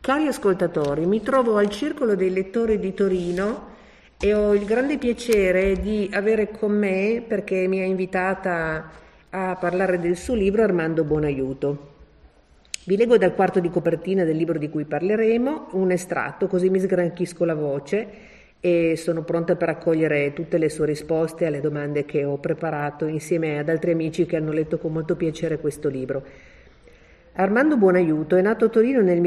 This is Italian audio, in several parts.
Cari ascoltatori, mi trovo al Circolo dei Lettori di Torino e ho il grande piacere di avere con me, perché mi ha invitata a parlare del suo libro, Armando Buonaiuto. Vi leggo dal quarto di copertina del libro di cui parleremo un estratto, così mi sgranchisco la voce e sono pronta per accogliere tutte le sue risposte alle domande che ho preparato insieme ad altri amici che hanno letto con molto piacere questo libro. Armando Buonaiuto è nato a Torino nel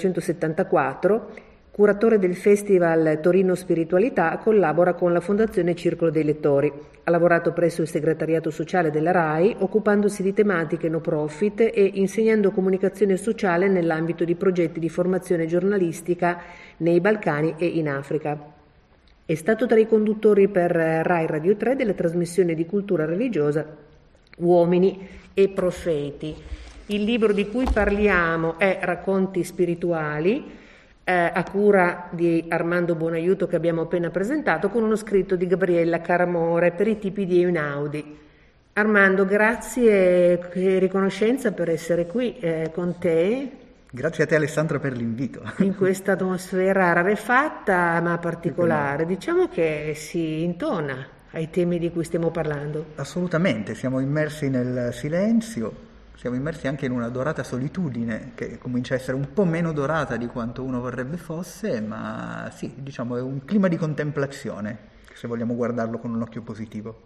1974, curatore del Festival Torino Spiritualità, collabora con la Fondazione Circolo dei Lettori. Ha lavorato presso il segretariato sociale della RAI, occupandosi di tematiche no profit e insegnando comunicazione sociale nell'ambito di progetti di formazione giornalistica nei Balcani e in Africa. È stato tra i conduttori per RAI Radio 3 della trasmissione di cultura religiosa Uomini e Profeti. Il libro di cui parliamo è Racconti spirituali, a cura di Armando Buonaiuto, che abbiamo appena presentato, con uno scritto di Gabriella Caramore per i tipi di Einaudi. Armando, grazie e riconoscenza per essere qui con te. Grazie a te Alessandra per l'invito. In questa atmosfera rarefatta ma particolare, diciamo che si intona ai temi di cui stiamo parlando. Assolutamente, siamo immersi nel silenzio. Siamo immersi anche in una dorata solitudine che comincia a essere un po' meno dorata di quanto uno vorrebbe fosse, ma sì, diciamo è un clima di contemplazione, se vogliamo guardarlo con un occhio positivo.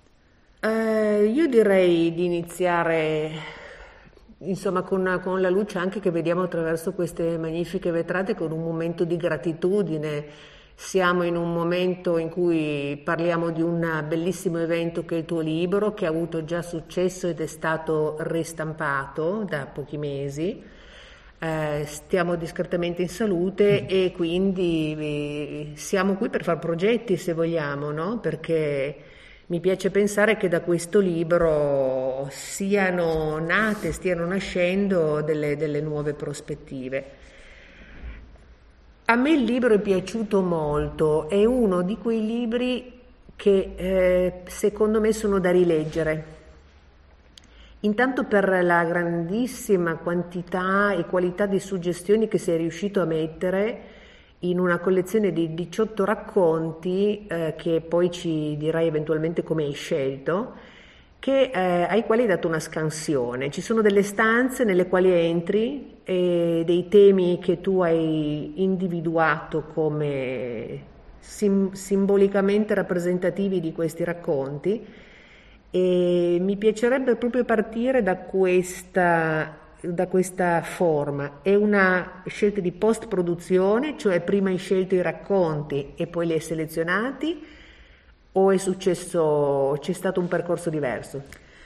Io direi di iniziare, insomma, con la luce anche che vediamo attraverso queste magnifiche vetrate, con un momento di gratitudine. Siamo in un momento in cui parliamo di un bellissimo evento che è il tuo libro, che ha avuto già successo ed è stato ristampato da pochi mesi. Stiamo discretamente in salute e quindi siamo qui per fare progetti, se vogliamo, no? Perché mi piace pensare che da questo libro stiano nascendo delle nuove prospettive. A me il libro è piaciuto molto, è uno di quei libri che secondo me sono da rileggere. Intanto per la grandissima quantità e qualità di suggestioni che sei riuscito a mettere in una collezione di 18 racconti, che poi ci dirai eventualmente come hai scelto, ai quali hai dato una scansione. Ci sono delle stanze nelle quali entri e dei temi che tu hai individuato come simbolicamente rappresentativi di questi racconti, e mi piacerebbe proprio partire da questa forma. È una scelta di post-produzione, cioè prima hai scelto i racconti e poi li hai selezionati, o c'è stato un percorso diverso?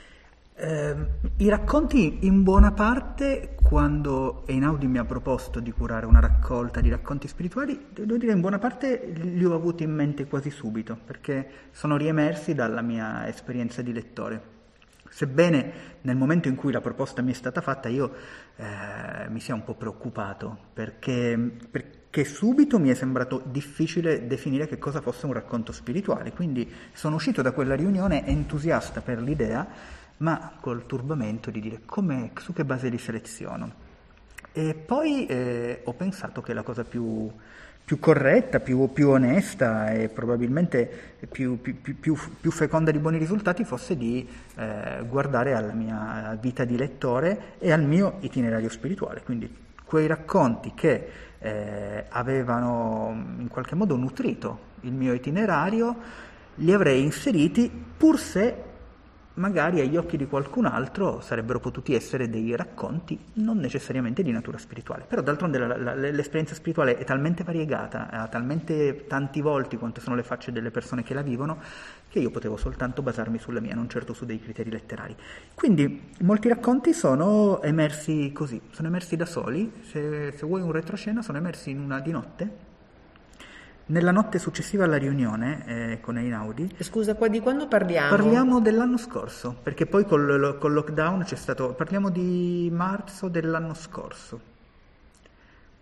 I racconti in buona parte, quando Einaudi mi ha proposto di curare una raccolta di racconti spirituali, devo dire in buona parte li ho avuti in mente quasi subito, perché sono riemersi dalla mia esperienza di lettore. Sebbene nel momento in cui la proposta mi è stata fatta io mi sia un po' preoccupato, perché subito mi è sembrato difficile definire che cosa fosse un racconto spirituale, quindi sono uscito da quella riunione entusiasta per l'idea, ma col turbamento di dire su che base li seleziono. E poi ho pensato che la cosa più corretta, più onesta e probabilmente più feconda di buoni risultati fosse di guardare alla mia vita di lettore e al mio itinerario spirituale, quindi quei racconti che avevano in qualche modo nutrito il mio itinerario li avrei inseriti, pur se magari agli occhi di qualcun altro sarebbero potuti essere dei racconti non necessariamente di natura spirituale. Però d'altronde l'esperienza spirituale è talmente variegata, ha talmente tanti volti quanto sono le facce delle persone che la vivono, che io potevo soltanto basarmi sulla mia, non certo su dei criteri letterari. Quindi molti racconti sono emersi così, sono emersi da soli. Se vuoi un retroscena, sono emersi in una di notte. Nella notte successiva alla riunione con Einaudi. Scusa, di quando parliamo? Parliamo dell'anno scorso, perché poi col lockdown parliamo di marzo dell'anno scorso.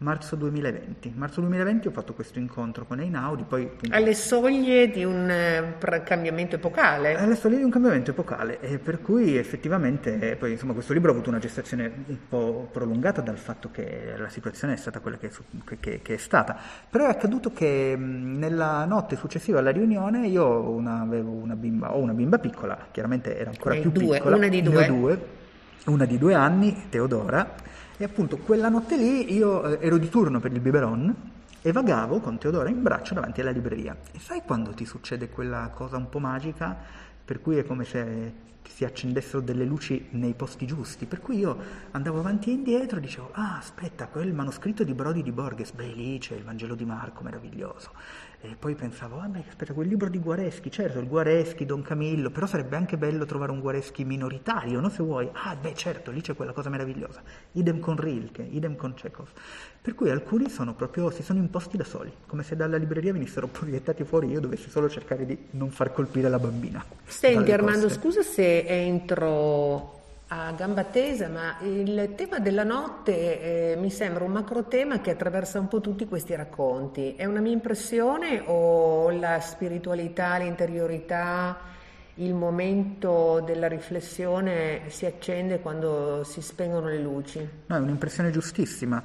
Marzo 2020. Marzo 2020 ho fatto questo incontro con Einaudi, poi appunto, Alle soglie di un cambiamento epocale. alle soglie di un cambiamento epocale, e per cui effettivamente poi insomma questo libro ha avuto una gestazione un po' prolungata dal fatto che la situazione è stata quella che è stata, però è accaduto che nella notte successiva alla riunione io avevo una bimba piccola, chiaramente era ancora più piccola, Una di ne ho due. due, una di 2 anni, Teodora, e appunto quella notte lì io ero di turno per il biberon e vagavo con Teodora in braccio davanti alla libreria. E sai quando ti succede quella cosa un po' magica, per cui è come se ti si accendessero delle luci nei posti giusti? Per cui io andavo avanti e indietro e dicevo, ah aspetta, quel manoscritto di Brodi di Borges, beh lì c'è il Vangelo di Marco, meraviglioso. E poi pensavo, ah beh, aspetta, quel libro di Guareschi, certo, il Guareschi, Don Camillo, però sarebbe anche bello trovare un Guareschi minoritario, no, se vuoi. Ah beh, certo, lì c'è quella cosa meravigliosa. Idem con Rilke, idem con Chekhov. Per cui alcuni si sono imposti da soli, come se dalla libreria venissero proiettati fuori, io dovessi solo cercare di non far colpire la bambina. Senti dalle Armando, coste. scusa se entro a gamba tesa, ma il tema della notte mi sembra un macro tema che attraversa un po' tutti questi racconti. È una mia impressione o la spiritualità, l'interiorità, il momento della riflessione si accende quando si spengono le luci? No, è un'impressione giustissima,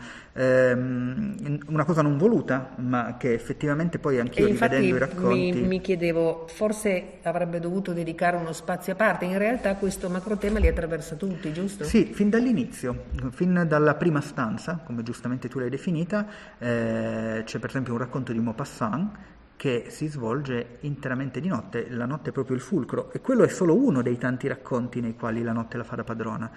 una cosa non voluta, ma che effettivamente poi E anch'io infatti rivedendo i racconti... mi chiedevo, forse avrebbe dovuto dedicare uno spazio a parte, in realtà questo macro tema li attraversa tutti, giusto? Sì, fin dall'inizio, fin dalla prima stanza, come giustamente tu l'hai definita, c'è per esempio un racconto di Maupassant che si svolge interamente di notte, la notte è proprio il fulcro, e quello è solo uno dei tanti racconti nei quali la notte la fa da padrona.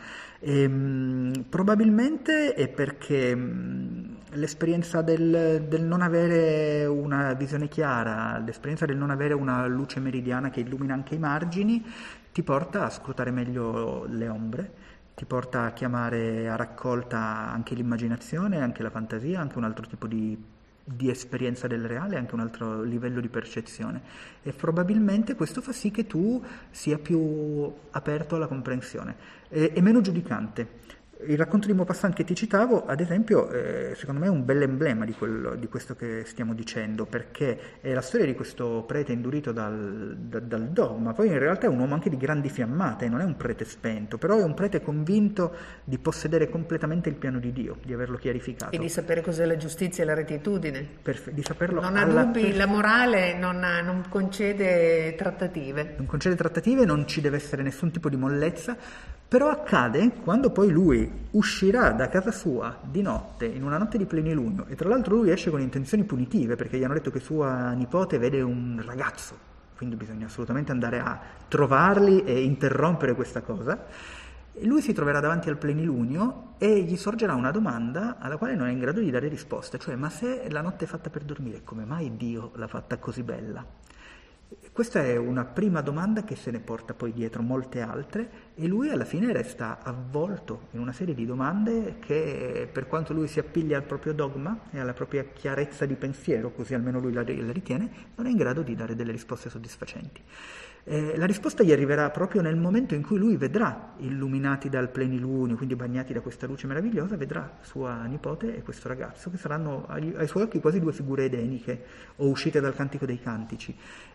Probabilmente è perché l'esperienza del non avere una visione chiara, l'esperienza del non avere una luce meridiana che illumina anche i margini, ti porta a scrutare meglio le ombre, ti porta a chiamare a raccolta anche l'immaginazione, anche la fantasia, anche un altro tipo di esperienza del reale, anche un altro livello di percezione, e probabilmente questo fa sì che tu sia più aperto alla comprensione e meno giudicante. Il racconto di Maupassant che ti citavo, ad esempio, secondo me è un bel emblema di questo che stiamo dicendo, perché è la storia di questo prete indurito dal dogma. Poi in realtà è un uomo anche di grandi fiammate, non è un prete spento, però è un prete convinto di possedere completamente il piano di Dio, di averlo chiarificato. E di sapere cos'è la giustizia e la rettitudine. Di saperlo Non ha dubbi, la morale non concede trattative. non concede trattative, non ci deve essere nessun tipo di mollezza, però accade quando poi lui uscirà da casa sua di notte, in una notte di plenilunio, e tra l'altro lui esce con intenzioni punitive perché gli hanno detto che sua nipote vede un ragazzo, quindi bisogna assolutamente andare a trovarli e interrompere questa cosa. E lui si troverà davanti al plenilunio e gli sorgerà una domanda alla quale non è in grado di dare risposta, cioè ma se la notte è fatta per dormire, come mai Dio l'ha fatta così bella? Questa è una prima domanda che se ne porta poi dietro molte altre, e lui alla fine resta avvolto in una serie di domande che, per quanto lui si appiglia al proprio dogma e alla propria chiarezza di pensiero, così almeno lui la ritiene, non è in grado di dare delle risposte soddisfacenti. La risposta gli arriverà proprio nel momento in cui lui vedrà, illuminati dal plenilunio, quindi bagnati da questa luce meravigliosa, vedrà sua nipote e questo ragazzo, che saranno ai suoi occhi quasi due figure edeniche o uscite dal Cantico dei Cantici.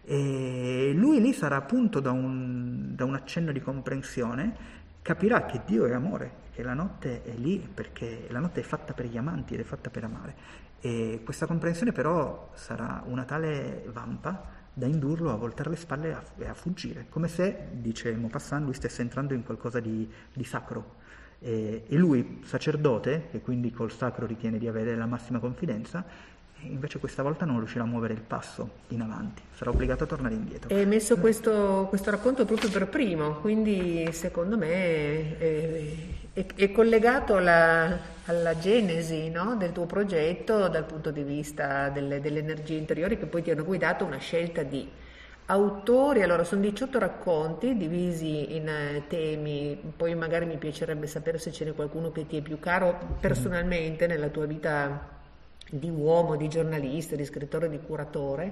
E lui lì sarà appunto da un accenno di comprensione, capirà che Dio è amore, che la notte è lì perché la notte è fatta per gli amanti ed è fatta per amare. E questa comprensione però sarà una tale vampa da indurlo a voltare le spalle e a fuggire, come se, dice Maupassant, lui stesse entrando in qualcosa di sacro. E lui, sacerdote, che quindi col sacro ritiene di avere la massima confidenza, invece questa volta non riuscirà a muovere il passo in avanti, sarà obbligato a tornare indietro. Hai messo questo racconto proprio per primo, quindi secondo me è collegato alla genesi, no, del tuo progetto dal punto di vista delle energie interiori che poi ti hanno guidato a una scelta di autori. Allora, sono 18 racconti divisi in temi, poi magari mi piacerebbe sapere se ce n'è qualcuno che ti è più caro personalmente nella tua vita di uomo, di giornalista, di scrittore, di curatore.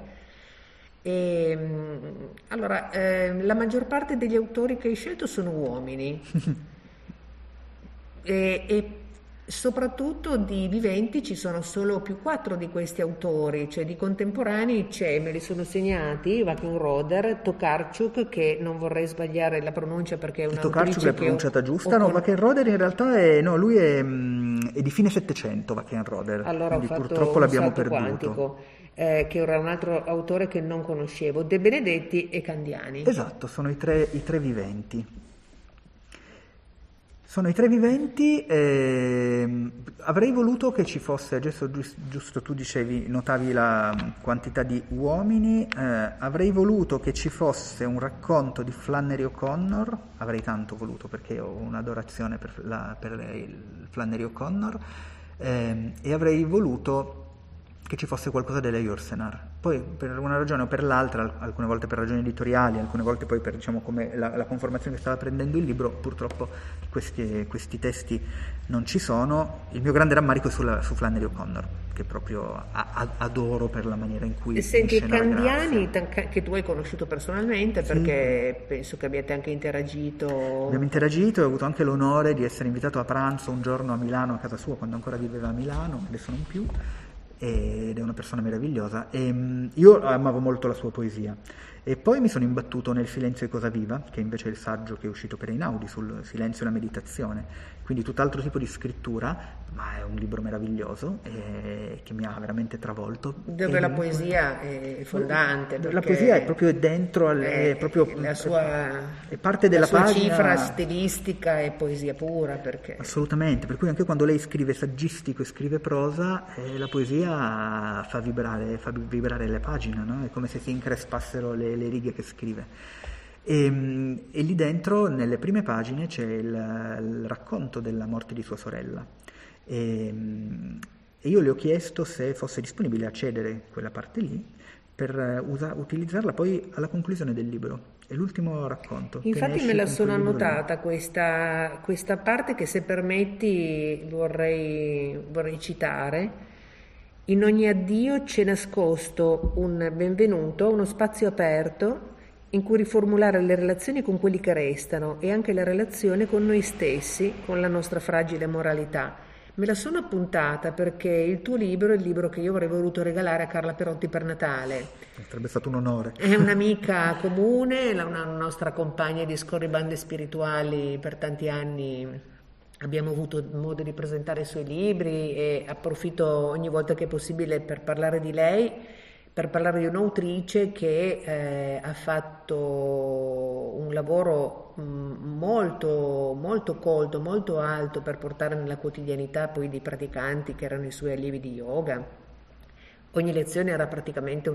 Allora, la maggior parte degli autori che hai scelto sono uomini e Soprattutto di viventi ci sono solo più 4 di questi autori, cioè di contemporanei c'è, me li sono segnati, Wackenroder, Tokarczuk, che non vorrei sbagliare la pronuncia perché è Il Tokarczuk un'autrice l'hai che pronunciata giusta? No, Wackenroder in realtà lui è di fine Settecento, Wackenroder, allora ho quindi fatto purtroppo un l'abbiamo salto perduto. quantico, che era un altro autore che non conoscevo, De Benedetti e Candiani. Esatto, sono i tre viventi. Sono i tre viventi, avrei voluto che ci fosse, giusto tu dicevi, notavi la quantità di uomini, avrei voluto che ci fosse un racconto di Flannery O'Connor, avrei tanto voluto perché ho un'adorazione per il Flannery O'Connor, e avrei voluto che ci fosse qualcosa delle Yourcenar. Poi per una ragione o per l'altra, alcune volte per ragioni editoriali, alcune volte poi per come la conformazione che stava prendendo il libro, purtroppo questi testi non ci sono. Il mio grande rammarico è su Flannery O'Connor, che proprio adoro per la maniera in cui Senti, inscena la Candiani, grazia. che tu hai conosciuto personalmente perché penso che abbiate anche interagito. Abbiamo interagito e ho avuto anche l'onore di essere invitato a pranzo un giorno a Milano, a casa sua, quando ancora viveva a Milano, adesso non più, ed è una persona meravigliosa, e io amavo molto la sua poesia. E poi mi sono imbattuto nel Silenzio e cosa viva, che invece è il saggio che è uscito per Einaudi sul silenzio e la meditazione, quindi tutt'altro tipo di scrittura, ma è un libro meraviglioso che mi ha veramente travolto. Dove la poesia è fondante. La poesia è proprio dentro, è proprio è parte della sua pagina. Cifra stilistica è poesia pura. Perché... Assolutamente, per cui anche quando lei scrive saggistico e scrive prosa, la poesia fa vibrare le pagine, no? È come se si increspassero le righe che scrive. E lì dentro, nelle prime pagine, c'è il racconto della morte di sua sorella. E io le ho chiesto se fosse disponibile a cedere quella parte lì per utilizzarla poi alla conclusione del libro. È l'ultimo racconto. Infatti me la sono annotata questa parte che, se permetti, vorrei citare. In ogni addio c'è nascosto un benvenuto, uno spazio aperto in cui riformulare le relazioni con quelli che restano e anche la relazione con noi stessi, con la nostra fragile moralità. Me la sono appuntata perché il tuo libro è il libro che io avrei voluto regalare a Carla Perotti per Natale. Sarebbe stato un onore. È un'amica comune, una nostra compagna di scorribande spirituali per tanti anni. Abbiamo avuto modo di presentare i suoi libri e approfitto ogni volta che è possibile per parlare di lei, per parlare di un'autrice che ha fatto un lavoro molto, molto colto, molto alto per portare nella quotidianità poi dei praticanti che erano i suoi allievi di yoga. Ogni lezione era praticamente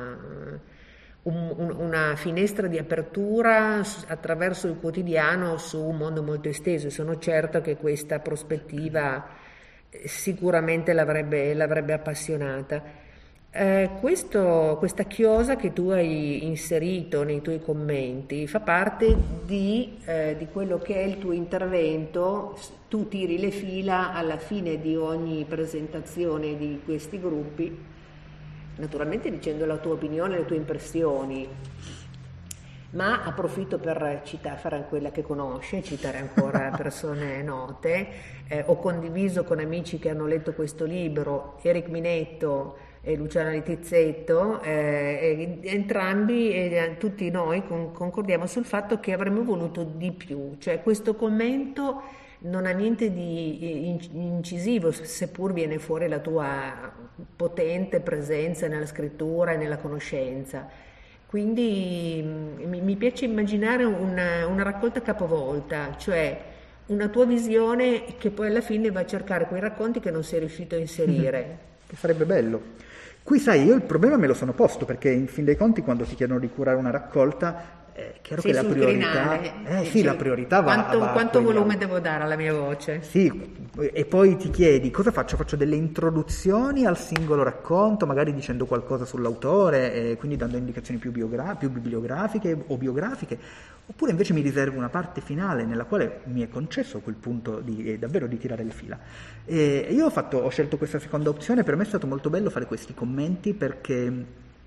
una finestra di apertura attraverso il quotidiano su un mondo molto esteso, e sono certa che questa prospettiva sicuramente l'avrebbe appassionata. Questa chiosa che tu hai inserito nei tuoi commenti fa parte di quello che è il tuo intervento. Tu tiri le fila alla fine di ogni presentazione di questi gruppi, naturalmente dicendo la tua opinione, le tue impressioni, ma approfitto per fare quella che conosce, citare ancora persone note. Ho condiviso con amici che hanno letto questo libro, Eric Minetto e Luciana Littizzetto, entrambi, tutti noi concordiamo sul fatto che avremmo voluto di più, cioè questo commento non ha niente di incisivo, seppur viene fuori la tua potente presenza nella scrittura e nella conoscenza. Quindi mi piace immaginare una raccolta capovolta, cioè una tua visione che poi alla fine va a cercare quei racconti che non sei riuscito a inserire. Che sarebbe bello. Qui sai, io il problema me lo sono posto, perché in fin dei conti quando ti chiedono di curare una raccolta è chiaro che la priorità la priorità va quanto volume devo dare alla mia voce? Sì, e poi ti chiedi cosa faccio? Faccio delle introduzioni al singolo racconto, magari dicendo qualcosa sull'autore e quindi dando indicazioni più bibliografiche o biografiche, oppure invece mi riservo una parte finale nella quale mi è concesso a quel punto davvero di tirare le fila. E io ho scelto questa seconda opzione. Per me è stato molto bello fare questi commenti perché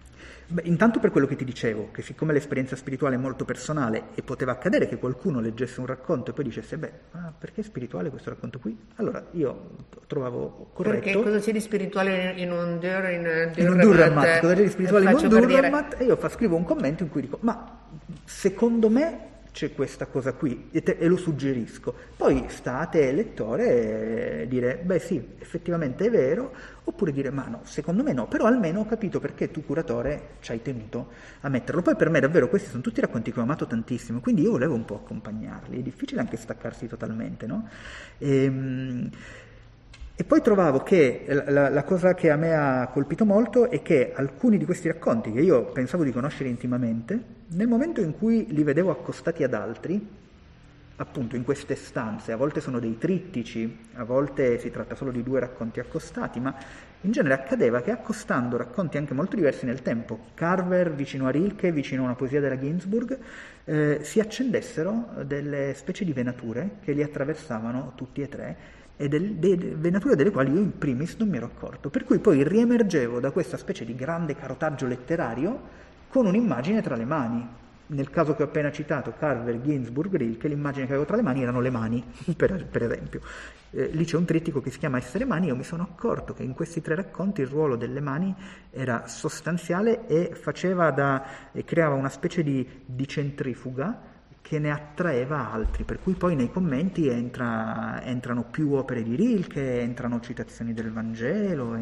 Beh, intanto per quello che ti dicevo, che siccome l'esperienza spirituale è molto personale e poteva accadere che qualcuno leggesse un racconto e poi dicesse, beh, ma perché è spirituale questo racconto qui? Allora io trovavo Perché corretto cosa c'è di spirituale in un in un Durramat, cosa c'è di Durramat? spirituale in un Faccio per dire. Durramat, e io scrivo un commento in cui dico, ma secondo me c'è questa cosa qui e lo suggerisco. Poi sta a te, lettore, dire, beh sì, effettivamente è vero, oppure dire, ma no, secondo me no, però almeno ho capito perché tu, curatore, ci hai tenuto a metterlo. Poi per me davvero questi sono tutti racconti che ho amato tantissimo, quindi io volevo un po' accompagnarli, è difficile anche staccarsi totalmente, no? E poi trovavo che la cosa che a me ha colpito molto è che alcuni di questi racconti, che io pensavo di conoscere intimamente, nel momento in cui li vedevo accostati ad altri, appunto in queste stanze, a volte sono dei trittici, a volte si tratta solo di 2 racconti accostati, ma in genere accadeva che accostando racconti anche molto diversi nel tempo, Carver vicino a Rilke, vicino a una poesia della Ginsburg, si accendessero delle specie di venature che li attraversavano tutti e 3, e venature delle quali io in primis non mi ero accorto, per cui poi riemergevo da questa specie di grande carotaggio letterario con un'immagine tra le mani. Nel caso che ho appena citato, Carver, Ginsburg, Rilke, l'immagine che avevo tra le mani erano le mani, per esempio. Lì c'è un trittico che si chiama Essere mani, io mi sono accorto che in questi 3 racconti il ruolo delle mani era sostanziale e creava una specie di centrifuga che ne attraeva altri, per cui poi nei commenti entrano più opere di Rilke, entrano citazioni del Vangelo,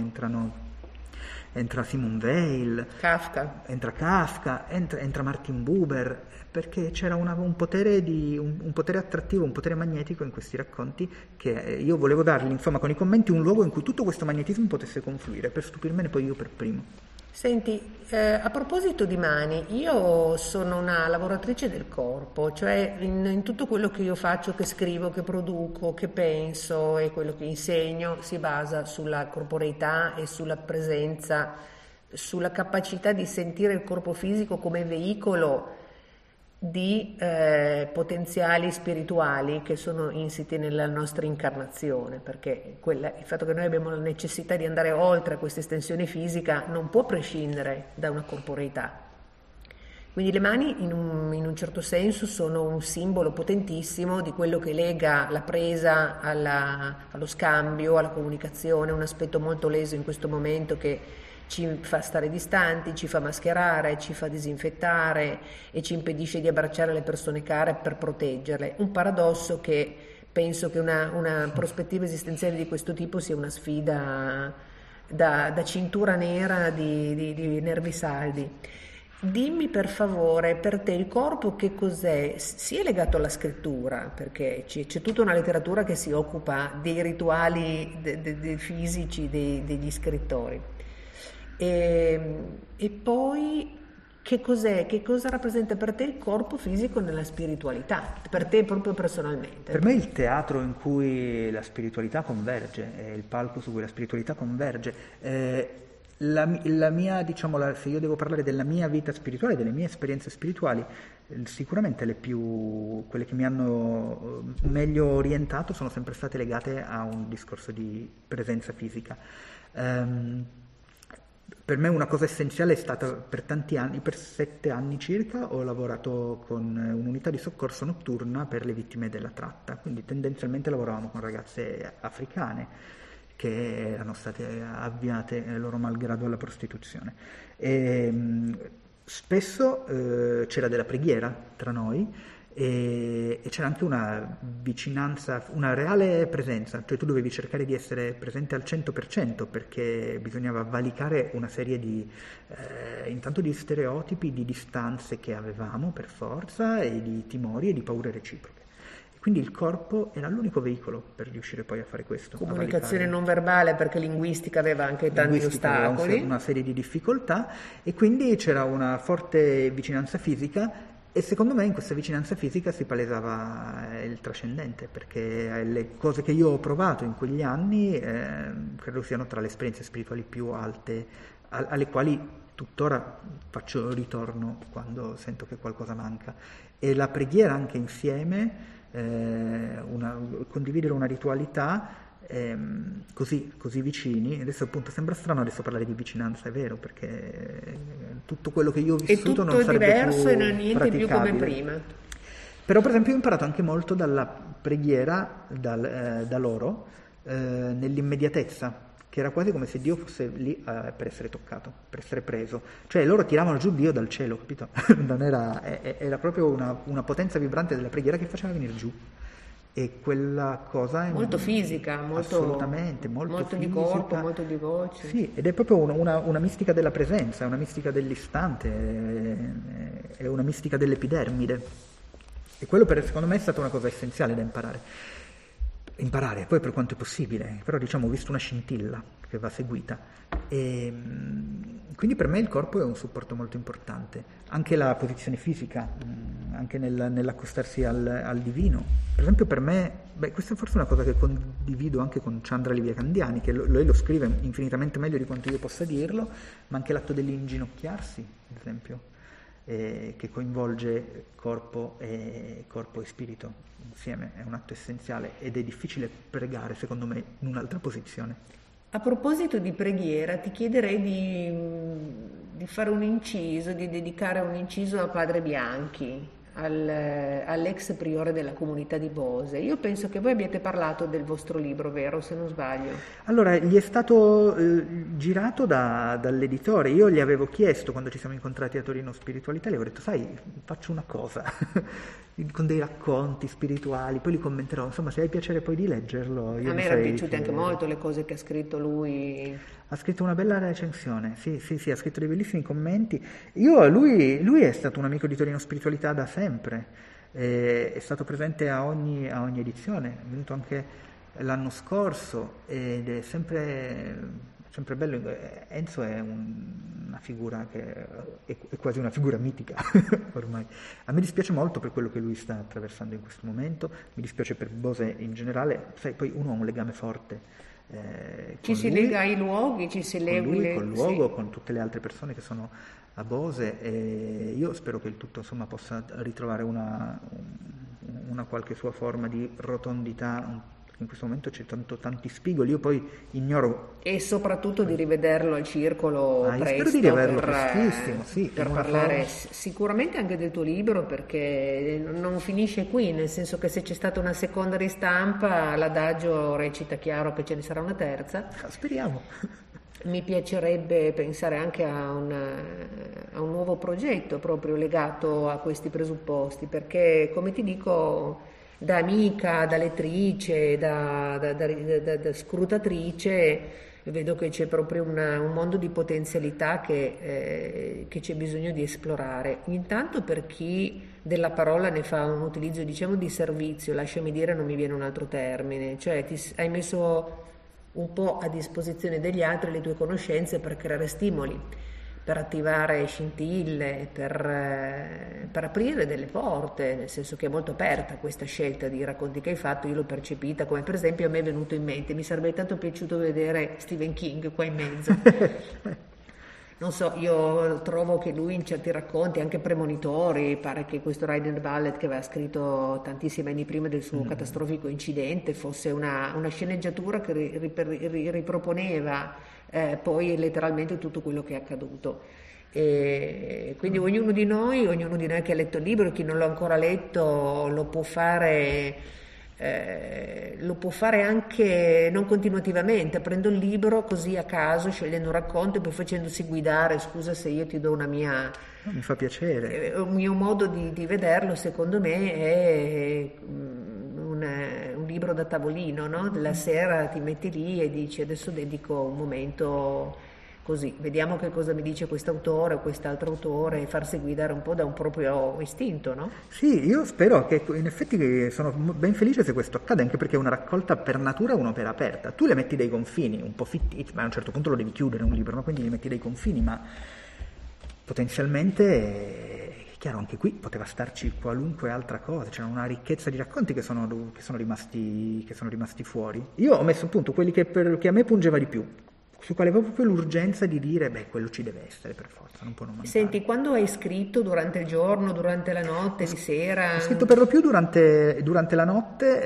entra Simone Weil, Kafka. entra Kafka, entra Martin Buber, perché c'era un potere attrattivo, un potere magnetico in questi racconti che io volevo dargli, insomma, con i commenti un luogo in cui tutto questo magnetismo potesse confluire, per stupirmene poi io per primo. Senti, a proposito di mani, io sono una lavoratrice del corpo, cioè in tutto quello che io faccio, che scrivo, che produco, che penso e quello che insegno si basa sulla corporeità e sulla presenza, sulla capacità di sentire il corpo fisico come veicolo di potenziali spirituali che sono insiti nella nostra incarnazione, perché il fatto che noi abbiamo la necessità di andare oltre a questa estensione fisica non può prescindere da una corporeità. Quindi le mani in un certo senso sono un simbolo potentissimo di quello che lega la presa allo scambio, alla comunicazione, un aspetto molto leso in questo momento che ci fa stare distanti, ci fa mascherare, ci fa disinfettare e ci impedisce di abbracciare le persone care per proteggerle. Un paradosso che penso che una prospettiva esistenziale di questo tipo sia una sfida da cintura nera di nervi saldi. Dimmi per favore, per te il corpo che cos'è? Si è legato alla scrittura, perché c'è tutta una letteratura che si occupa dei rituali fisici degli scrittori. E poi che cos'è? Che cosa rappresenta per te il corpo fisico nella spiritualità? Per te proprio personalmente? Per me il teatro in cui la spiritualità converge, è il palco su cui la spiritualità converge. La mia, diciamo, se io devo parlare della mia vita spirituale, delle mie esperienze spirituali, sicuramente quelle che mi hanno meglio orientato sono sempre state legate a un discorso di presenza fisica. Per me una cosa essenziale è stata per tanti anni, per 7 anni circa, ho lavorato con un'unità di soccorso notturna per le vittime della tratta, quindi tendenzialmente lavoravamo con ragazze africane che erano state avviate loro malgrado alla prostituzione. Spesso c'era della preghiera tra noi e c'era anche una vicinanza, una reale presenza, cioè tu dovevi cercare di essere presente al 100% perché bisognava valicare una serie intanto di stereotipi, di distanze che avevamo per forza e di timori e di paure reciproche. Quindi il corpo era l'unico veicolo per riuscire poi a fare questo. Comunicazione non verbale, perché linguistica aveva anche tanti ostacoli. Aveva una serie di difficoltà e quindi c'era una forte vicinanza fisica e secondo me in questa vicinanza fisica si palesava il trascendente, perché le cose che io ho provato in quegli anni credo siano tra le esperienze spirituali più alte, alle quali tuttora faccio ritorno quando sento che qualcosa manca. E la preghiera anche insieme, condividere una ritualità così vicini. Adesso appunto sembra strano adesso parlare di vicinanza, è vero, perché tutto quello che io ho vissuto non sarebbe diverso più e non è niente più come praticabile. prima. Però per esempio ho imparato anche molto dalla preghiera da loro, nell'immediatezza, che era quasi come se Dio fosse lì per essere toccato, per essere preso. Cioè loro tiravano giù Dio dal cielo, capito? Non era proprio una potenza vibrante della preghiera che faceva venire giù. E quella cosa è molto fisica, assolutamente, molto di fisica, corpo, molto di voce. Sì, ed è proprio una mistica della presenza, è una mistica dell'istante, è una mistica dell'epidermide. E quello secondo me è stata una cosa essenziale da imparare, poi per quanto è possibile, però diciamo ho visto una scintilla che va seguita, e quindi per me il corpo è un supporto molto importante, anche la posizione fisica, anche nell'accostarsi al divino. Per esempio per me, questa è forse una cosa che condivido anche con Chandra Livia Candiani, che lei lo scrive infinitamente meglio di quanto io possa dirlo, ma anche l'atto dell'inginocchiarsi, ad esempio, che coinvolge corpo e spirito insieme, è un atto essenziale ed è difficile pregare secondo me in un'altra posizione. A proposito di preghiera, ti chiederei di fare un inciso, di dedicare un inciso a Padre Bianchi, all'ex priore della comunità di Bose. Io penso che voi abbiate parlato del vostro libro, vero, se non sbaglio? Allora, gli è stato girato dall'editore. Io gli avevo chiesto, quando ci siamo incontrati a Torino Spiritualità, gli avevo detto, sai, faccio una cosa, con dei racconti spirituali, poi li commenterò, insomma, se hai piacere poi di leggerlo. A me erano piaciute anche molto le cose che ha scritto lui. Ha scritto una bella recensione, sì, ha scritto dei bellissimi commenti. Lui è stato un amico di Torino Spiritualità da sempre, è stato presente a ogni edizione, è venuto anche l'anno scorso ed è sempre bello. Enzo è una figura che è quasi una figura mitica ormai. A me dispiace molto per quello che lui sta attraversando in questo momento, mi dispiace per Bose in generale, sai, poi uno ha un legame forte. Ci si lega ai luoghi, ci si lega col luogo, sì. Con tutte le altre persone che sono a Bose, e io spero che il tutto insomma possa ritrovare una qualche sua forma di rotondità. In questo momento c'è tanti spigoli, io poi ignoro. E soprattutto di rivederlo al circolo presto. Spero di riaverlo prestissimo, sì. Per parlare sicuramente anche del tuo libro, perché non finisce qui, nel senso che se c'è stata una seconda ristampa, l'adagio recita chiaro che ce ne sarà una terza. Speriamo. Mi piacerebbe pensare anche a un nuovo progetto proprio legato a questi presupposti, perché come ti dico, da amica, da lettrice, da scrutatrice, vedo che c'è proprio un mondo di potenzialità che c'è bisogno di esplorare. Intanto per chi della parola ne fa un utilizzo, diciamo, di servizio, lasciami dire, non mi viene un altro termine, cioè hai messo un po' a disposizione degli altri le tue conoscenze per creare stimoli, per attivare scintille, per aprire delle porte, nel senso che è molto aperta questa scelta di racconti che hai fatto. Io l'ho percepita come, per esempio, a me è venuto in mente, mi sarebbe tanto piaciuto vedere Stephen King qua in mezzo. Non so, io trovo che lui in certi racconti, anche premonitori, pare che questo Ride and Ballet che aveva scritto tantissimi anni prima del suo catastrofico incidente fosse una sceneggiatura che riproponeva poi letteralmente tutto quello che è accaduto. E quindi ognuno di noi che ha letto il libro, chi non l'ha ancora letto, lo può fare anche non continuativamente, prendo il libro così a caso, scegliendo un racconto e poi facendosi guidare. Scusa se io ti do una mia... Mi fa piacere. Un mio modo di vederlo, secondo me, è un libro da tavolino, no? La sera ti metti lì e dici adesso dedico un momento così, vediamo che cosa mi dice quest'autore o quest'altro autore, e farsi guidare un po' da un proprio istinto, no? Sì, io spero che, in effetti sono ben felice se questo accade, anche perché è una raccolta per natura, un'opera aperta. Tu le metti dei confini un po' fittizi, ma a un certo punto lo devi chiudere un libro, no? Quindi gli metti dei confini, ma potenzialmente, chiaro, anche qui poteva starci qualunque altra cosa, c'era una ricchezza di racconti che sono rimasti fuori. Io ho messo appunto quelli che a me pungeva di più, su quale avevo proprio l'urgenza di dire, beh, quello ci deve essere per forza, non può non mancare. Senti, quando hai scritto? Durante il giorno, durante la notte, di Ho sera? scritto per lo più durante la notte,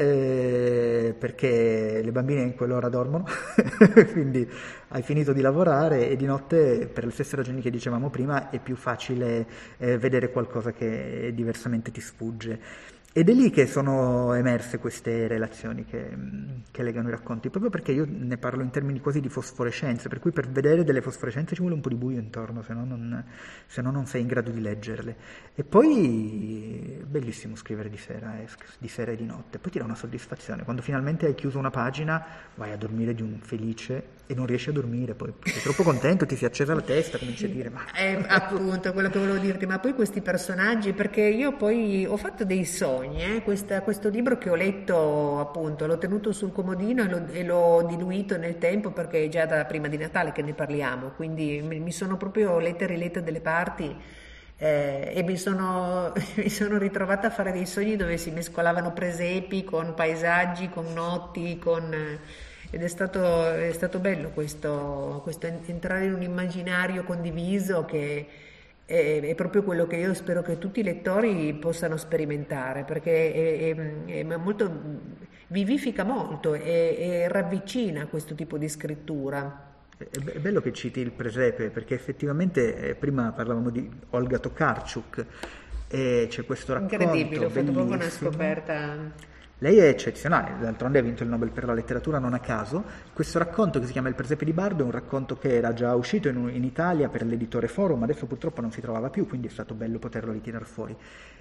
perché le bambine in quell'ora dormono, quindi hai finito di lavorare e di notte, per le stesse ragioni che dicevamo prima, è più facile vedere qualcosa che diversamente ti sfugge. Ed è lì che sono emerse queste relazioni che legano i racconti, proprio perché io ne parlo in termini quasi di fosforescenze, per cui per vedere delle fosforescenze ci vuole un po' di buio intorno, se no non sei in grado di leggerle. E poi è bellissimo scrivere di sera e di notte, poi ti dà una soddisfazione. Quando finalmente hai chiuso una pagina, vai a dormire di un felice e non riesci a dormire, poi sei troppo contento, ti si è accesa la testa, cominci a dire ma... Appunto, quello che volevo dirti, ma poi questi personaggi, perché io poi ho fatto dei sogni, questo libro che ho letto, appunto, l'ho tenuto sul comodino e l'ho diluito nel tempo perché è già da prima di Natale che ne parliamo, quindi mi sono proprio lette e rilette delle parti. E mi sono ritrovata a fare dei sogni dove si mescolavano presepi con paesaggi, con notti, ed è stato bello questo entrare in un immaginario condiviso che è proprio quello che io spero che tutti i lettori possano sperimentare, perché è molto, vivifica molto e ravvicina questo tipo di scrittura. È bello che citi il presepe, perché effettivamente prima parlavamo di Olga Tokarczuk e c'è questo Incredibile, racconto ho fatto proprio una bellissimo. scoperta. Lei è eccezionale, d'altronde ha vinto il Nobel per la letteratura non a caso. Questo racconto che si chiama Il presepe di Bardo è un racconto che era già uscito in Italia per l'editore Forum, adesso purtroppo non si trovava più, quindi è stato bello poterlo ritirare fuori.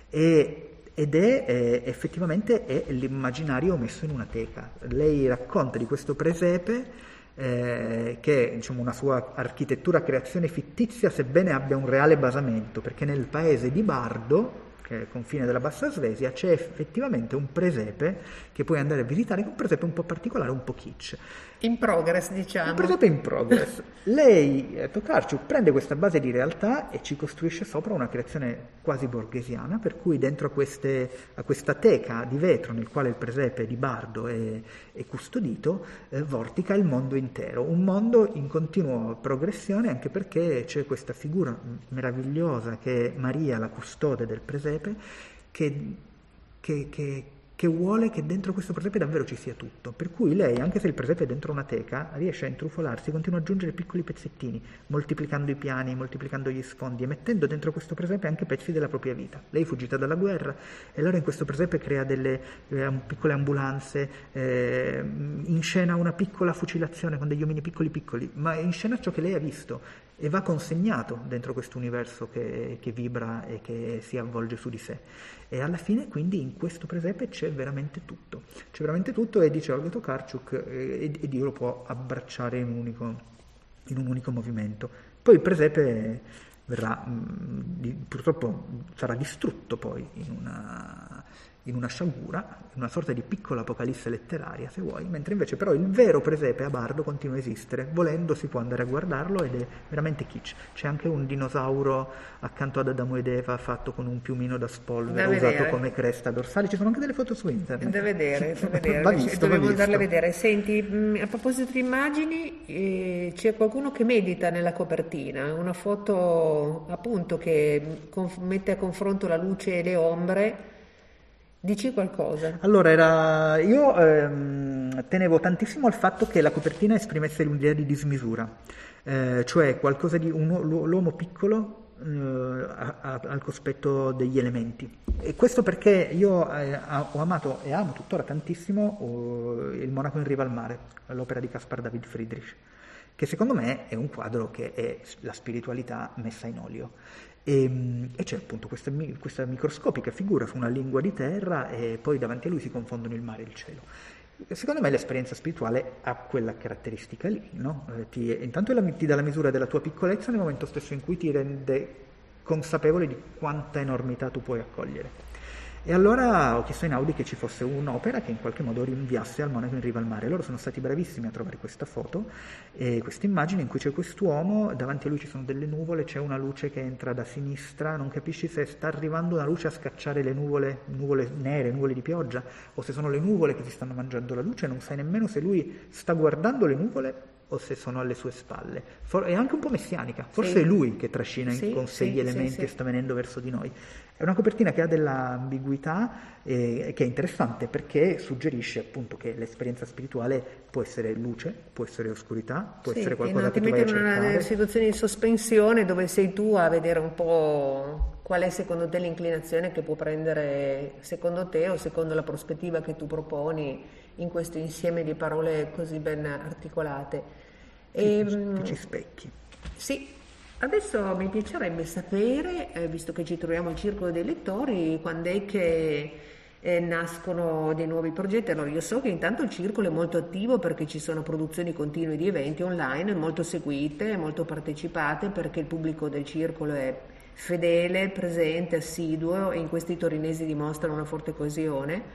Ed è effettivamente è l'immaginario messo in una teca. Lei racconta di questo presepe che è, diciamo, una sua architettura creazione fittizia, sebbene abbia un reale basamento, perché nel paese di Bardo, che è il confine della Bassa Svesia, c'è effettivamente un presepe che puoi andare a visitare, che è un presepe un po' particolare, un po' kitsch. In progress, Un diciamo. presepe in progress. Lei, Tokarczuk, prende questa base di realtà e ci costruisce sopra una creazione quasi borghesiana, per cui dentro a questa teca di vetro nel quale il presepe di Bardo è custodito, vortica il mondo intero, un mondo in continua progressione, anche perché c'è questa figura meravigliosa che è Maria, la custode del presepe, che vuole che dentro questo presepe davvero ci sia tutto, per cui lei, anche se il presepe è dentro una teca, riesce a intrufolarsi, continua ad aggiungere piccoli pezzettini, moltiplicando i piani, moltiplicando gli sfondi e mettendo dentro questo presepe anche pezzi della propria vita. Lei è fuggita dalla guerra e allora in questo presepe crea delle piccole ambulanze, inscena una piccola fucilazione con degli uomini piccoli, ma inscena ciò che lei ha visto e va consegnato dentro questo universo che vibra e che si avvolge su di sé. E alla fine, quindi, in questo presepe c'è veramente tutto e dice Olga Tokarczuk, e Dio lo può abbracciare in un unico movimento. Poi il presepe verrà, purtroppo sarà distrutto poi in una sciagura, in una sorta di piccola apocalisse letteraria, se vuoi, mentre invece però il vero presepe a Bardo continua a esistere. Volendo si può andare a guardarlo ed è veramente kitsch. C'è anche un dinosauro accanto ad Adamo ed Eva fatto con un piumino da spolvero usato come cresta dorsale. Ci sono anche delle foto su internet. Da vedere. Va visto, Dovevo va andarle a visto. vedere. Senti, a proposito di immagini, c'è qualcuno che medita nella copertina, una foto appunto che mette a confronto la luce e le ombre. Dici qualcosa? Allora, io tenevo tantissimo al fatto che la copertina esprimesse l'idea di dismisura, cioè qualcosa di l'uomo piccolo al cospetto degli elementi. E questo perché io ho amato e amo tuttora tantissimo Il monaco in riva al mare, l'opera di Caspar David Friedrich, che secondo me è un quadro che è la spiritualità messa in olio. E c'è appunto questa microscopica figura su una lingua di terra e poi davanti a lui si confondono il mare e il cielo. Secondo me l'esperienza spirituale ha quella caratteristica lì, no? Intanto ti dà la misura della tua piccolezza nel momento stesso in cui ti rende consapevole di quanta enormità tu puoi accogliere. E allora ho chiesto a Einaudi che ci fosse un'opera che in qualche modo rinviasse al monaco in riva al mare. Loro sono stati bravissimi a trovare questa foto e questa immagine in cui c'è quest'uomo, davanti a lui ci sono delle nuvole, c'è una luce che entra da sinistra, non capisci se sta arrivando una luce a scacciare le nuvole nere, nuvole di pioggia, o se sono le nuvole che ti stanno mangiando la luce, non sai nemmeno se lui sta guardando le nuvole o se sono alle sue spalle. È anche un po' messianica, forse Sì. è lui che trascina con sé gli Sì, elementi sì. e sta venendo verso di noi. È una copertina che ha dell'ambiguità che è interessante perché suggerisce appunto che l'esperienza spirituale può essere luce, può essere oscurità, può essere qualcosa che ti tu vai mette a in una cercare. situazione di sospensione dove sei tu a vedere un po' qual è secondo te l'inclinazione che può prendere secondo te o secondo la prospettiva che tu proponi in questo insieme di parole così ben articolate. Sì, E, ti ci specchi. sì, adesso mi piacerebbe sapere, visto che ci troviamo al Circolo dei Lettori, quando è che nascono dei nuovi progetti. Allora, io so che intanto il circolo è molto attivo perché ci sono produzioni continue di eventi online, molto seguite, molto partecipate, perché il pubblico del circolo è fedele, presente, assiduo e in questi torinesi dimostrano una forte coesione.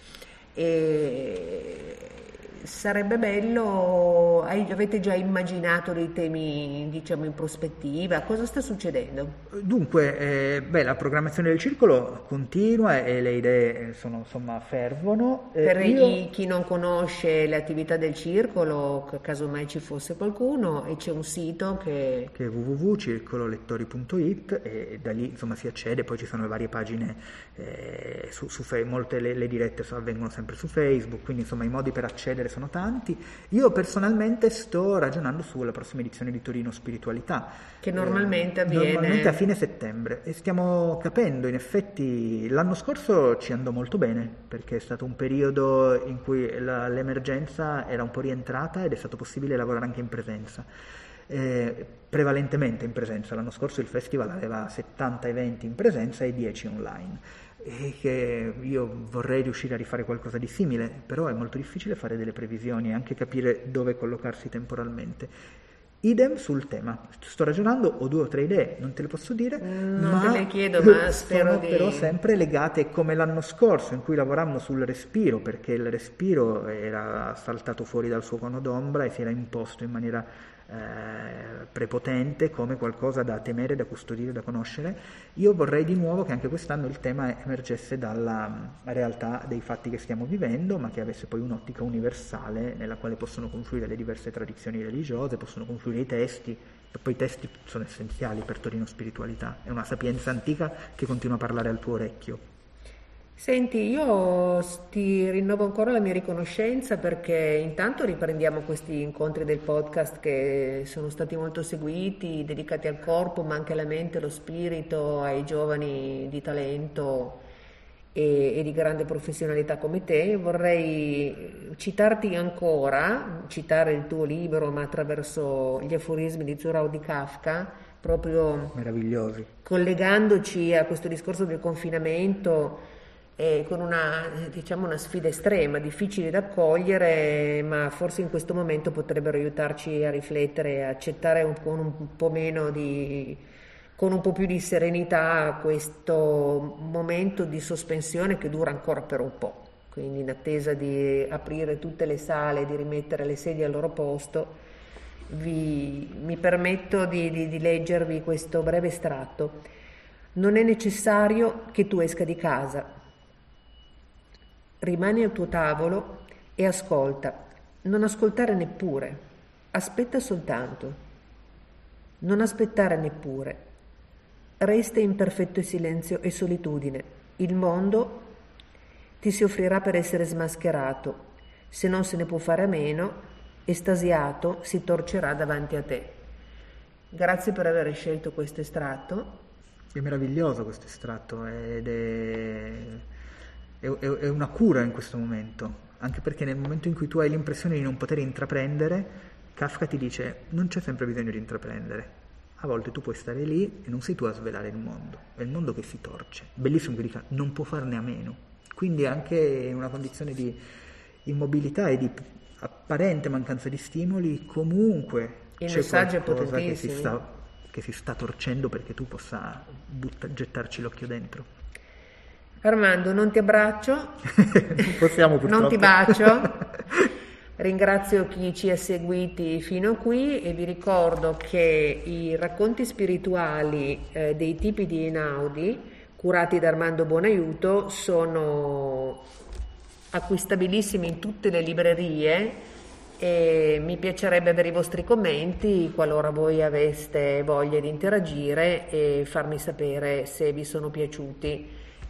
E sarebbe bello, avete già immaginato dei temi, diciamo, in prospettiva? Cosa sta succedendo? Dunque, la programmazione del circolo continua e le idee insomma fervono. Per Io chi non conosce le attività del circolo, casomai ci fosse qualcuno, e c'è un sito che... che è www.circololettori.it e da lì insomma si accede, poi ci sono le varie pagine molte le dirette avvengono sempre su Facebook, quindi insomma i modi per accedere sono tanti. Io personalmente sto ragionando sulla prossima edizione di Torino Spiritualità, che normalmente avviene... normalmente a fine settembre, e stiamo capendo, in effetti l'anno scorso ci andò molto bene perché è stato un periodo in cui l'emergenza era un po' rientrata ed è stato possibile lavorare anche in presenza. Prevalentemente in presenza. L'anno scorso il festival aveva 70 eventi in presenza e 10 online, e che io vorrei riuscire a rifare qualcosa di simile, però è molto difficile fare delle previsioni e anche capire dove collocarsi temporalmente. Idem sul tema, sto ragionando, ho 2 o 3 idee, non te le posso dire, Non te le chiedo, ma spero sono di... però sempre legate, come l'anno scorso in cui lavorammo sul respiro, perché il respiro era saltato fuori dal suo cono d'ombra e si era imposto in maniera prepotente come qualcosa da temere, da custodire, da conoscere. Io vorrei di nuovo che anche quest'anno il tema emergesse dalla realtà dei fatti che stiamo vivendo, ma che avesse poi un'ottica universale nella quale possono confluire le diverse tradizioni religiose, possono confluire i testi, e poi i testi sono essenziali per Torino Spiritualità, è una sapienza antica che continua a parlare al tuo orecchio. Senti, io ti rinnovo ancora la mia riconoscenza perché intanto riprendiamo questi incontri del podcast che sono stati molto seguiti, dedicati al corpo, ma anche alla mente, allo spirito, ai giovani di talento e di grande professionalità come te. Vorrei citarti ancora, citare il tuo libro, ma attraverso gli aforismi di Zorao di Kafka, proprio Meravigliosi. collegandoci a questo discorso del confinamento con una, diciamo, una sfida estrema, difficile da accogliere, ma forse in questo momento potrebbero aiutarci a riflettere e a accettare con un po' meno di, con un po' più di serenità questo momento di sospensione che dura ancora per un po'. Quindi in attesa di aprire tutte le sale, di rimettere le sedie al loro posto, mi permetto di leggervi questo breve estratto. Non è necessario che tu esca di casa. Rimani al tuo tavolo e ascolta. Non ascoltare neppure. Aspetta soltanto. Non aspettare neppure. Resta in perfetto silenzio e solitudine. Il mondo ti si offrirà per essere smascherato. Se non se ne può fare a meno, estasiato si torcerà davanti a te. Grazie per aver scelto questo estratto. È meraviglioso questo estratto ed è una cura in questo momento, anche perché nel momento in cui tu hai l'impressione di non poter intraprendere, Kafka ti dice non c'è sempre bisogno di intraprendere, a volte tu puoi stare lì e non sei tu a svelare il mondo, è il mondo che si torce. Bellissimo che dica non può farne a meno, quindi anche in una condizione di immobilità e di apparente mancanza di stimoli comunque il c'è messaggio è qualcosa potentissimo. che si sta torcendo perché tu possa gettarci l'occhio dentro. Armando, non ti abbraccio, Non possiamo purtroppo. non ti bacio, ringrazio chi ci ha seguiti fino a qui e vi ricordo che i racconti spirituali dei tipi di Einaudi, curati da Armando Buonaiuto, sono acquistabilissimi in tutte le librerie e mi piacerebbe avere i vostri commenti qualora voi aveste voglia di interagire e farmi sapere se vi sono piaciuti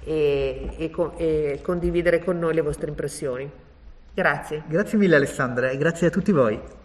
e condividere con noi le vostre impressioni. Grazie. Grazie mille Alessandra e grazie a tutti voi.